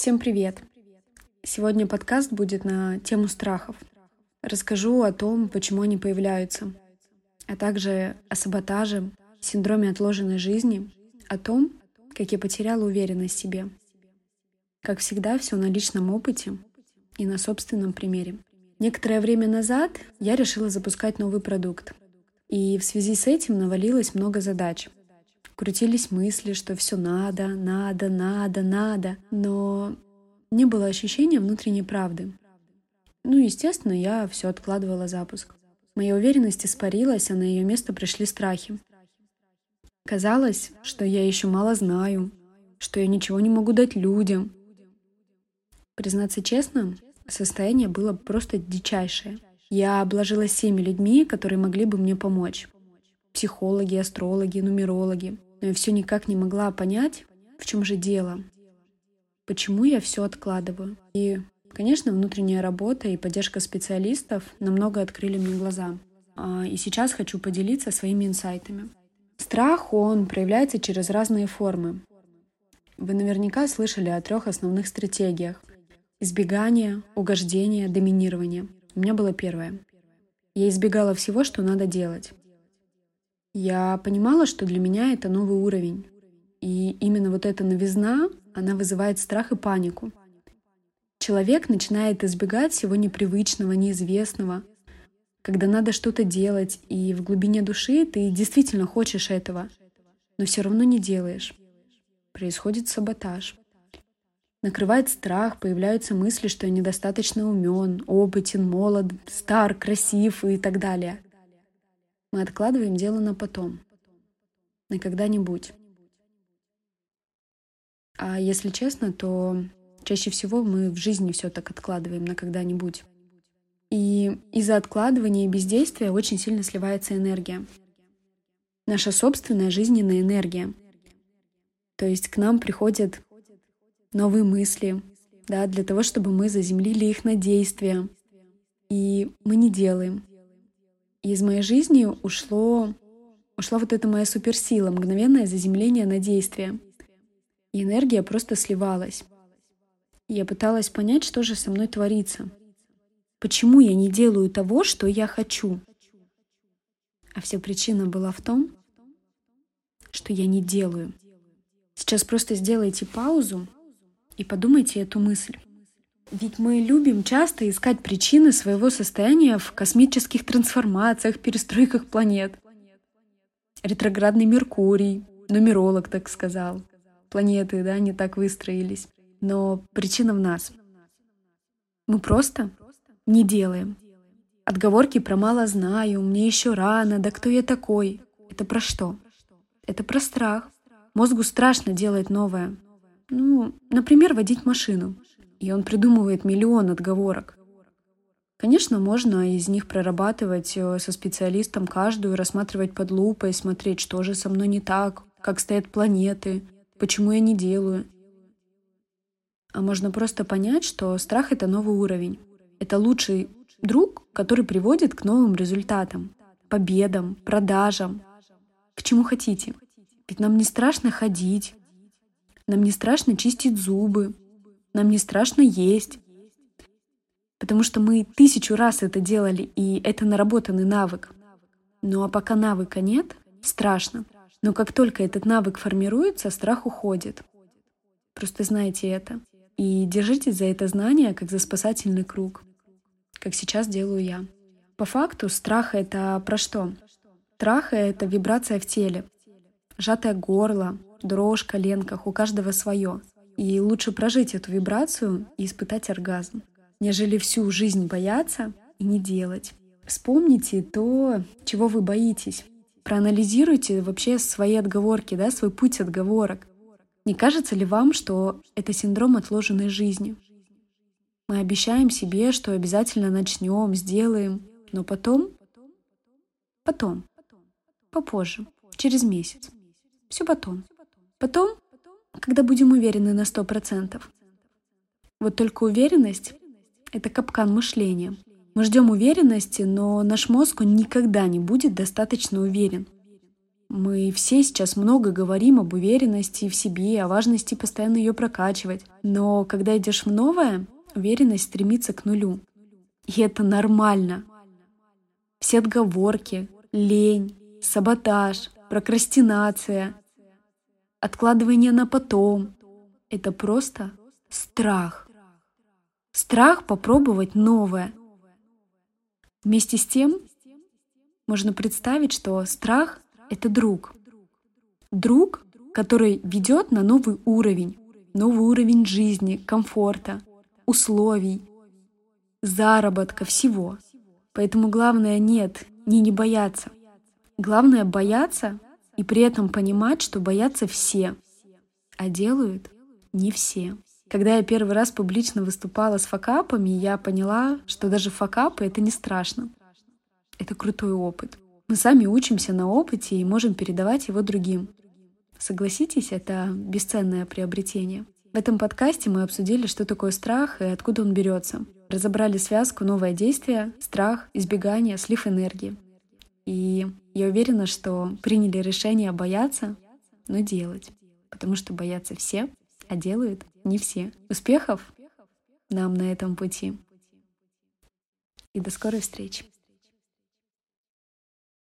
Всем привет! Сегодня подкаст будет на тему страхов. Расскажу о том, почему они появляются, а также о саботаже, синдроме отложенной жизни, о том, как я потеряла уверенность в себе. Как всегда, все на личном опыте и на собственном примере. Некоторое время назад я решила запускать новый продукт. И в связи с этим навалилось много задач. Крутились мысли, что все надо, но не было ощущения внутренней правды. Естественно, я все откладывала запуск. Моя уверенность испарилась, а на ее место пришли страхи. Казалось, что я еще мало знаю, что я ничего не могу дать людям. Признаться честно, состояние было просто дичайшее. Я обложилась всеми людьми, которые могли бы мне помочь. Психологи, астрологи, нумерологи. Но я все никак не могла понять, в чем же дело. Почему я все откладываю. И, конечно, внутренняя работа и поддержка специалистов намного открыли мне глаза. И сейчас хочу поделиться своими инсайтами. Страх, он проявляется через разные формы. Вы наверняка слышали о 3 основных стратегиях. Избегание, угождение, доминирование. У меня было первое. Я избегала всего, что надо делать. Я понимала, что для меня это новый уровень. И именно вот эта новизна, она вызывает страх и панику. Человек начинает избегать всего непривычного, неизвестного, когда надо что-то делать, и в глубине души ты действительно хочешь этого, но все равно не делаешь. Происходит саботаж. Накрывает страх, появляются мысли, что я недостаточно умен, опытен, молод, стар, красив и так далее. Мы откладываем дело на потом, на когда-нибудь. А если честно, то чаще всего мы в жизни все так откладываем на когда-нибудь. И из-за откладывания и бездействия очень сильно сливается энергия. Наша собственная жизненная энергия. То есть к нам приходят новые мысли, для того, чтобы мы заземлили их на действие. И мы не делаем. И из моей жизни ушла вот эта моя суперсила, мгновенное заземление на действие. И энергия просто сливалась. И я пыталась понять, что же со мной творится. Почему я не делаю того, что я хочу? А вся причина была в том, что я не делаю. Сейчас просто сделайте паузу и подумайте эту мысль. Ведь мы любим часто искать причины своего состояния в космических трансформациях, перестройках планет. Ретроградный Меркурий, нумеролог так сказал. Планеты, не так выстроились. Но причина в нас. Мы просто не делаем. Отговорки про «мало знаю», «мне еще рано», «да кто я такой». Это про что? Это про страх. Мозгу страшно делать новое. Например, водить машину. И он придумывает миллион отговорок. Конечно, можно из них прорабатывать со специалистом каждую, рассматривать под лупой, смотреть, что же со мной не так, как стоят планеты, почему я не делаю. А можно просто понять, что страх — это новый уровень. Это лучший друг, который приводит к новым результатам, победам, продажам, к чему хотите. Ведь нам не страшно ходить, нам не страшно чистить зубы, нам не страшно есть, потому что мы 1000 раз это делали, и это наработанный навык. А пока навыка нет, страшно. Но как только этот навык формируется, страх уходит. Просто знайте это. И держитесь за это знание, как за спасательный круг, как сейчас делаю я. По факту страх — это про что? Страх — это вибрация в теле. Сжатое горло, дрожь в коленках, у каждого свое. И лучше прожить эту вибрацию и испытать оргазм, нежели всю жизнь бояться и не делать. Вспомните то, чего вы боитесь. Проанализируйте вообще свои отговорки, свой путь отговорок. Не кажется ли вам, что это синдром отложенной жизни? Мы обещаем себе, что обязательно начнем, сделаем, но потом, попозже, через месяц. Все потом. Потом, когда будем уверены на 100%. Вот только уверенность — это капкан мышления. Мы ждем уверенности, но наш мозг, он никогда не будет достаточно уверен. Мы все сейчас много говорим об уверенности в себе, о важности постоянно ее прокачивать. Но когда идешь в новое, уверенность стремится к нулю. И это нормально. Все отговорки, лень, саботаж, прокрастинация, откладывание на потом — это просто страх. Страх попробовать новое. Вместе с тем можно представить, что страх — это друг. Друг, который ведет на новый уровень жизни, комфорта, условий, заработка, всего. Поэтому главное не бояться. Главное бояться и при этом понимать, что боятся все, а делают не все. Когда я первый раз публично выступала с факапами, я поняла, что даже факапы — это не страшно. Это крутой опыт. Мы сами учимся на опыте и можем передавать его другим. Согласитесь, это бесценное приобретение. В этом подкасте мы обсудили, что такое страх и откуда он берется. Разобрали связку «новое действие», страх, избегание, слив энергии. И я уверена, что приняли решение бояться, но делать. Потому что боятся все, а делают не все. Успехов нам на этом пути. И до скорой встречи.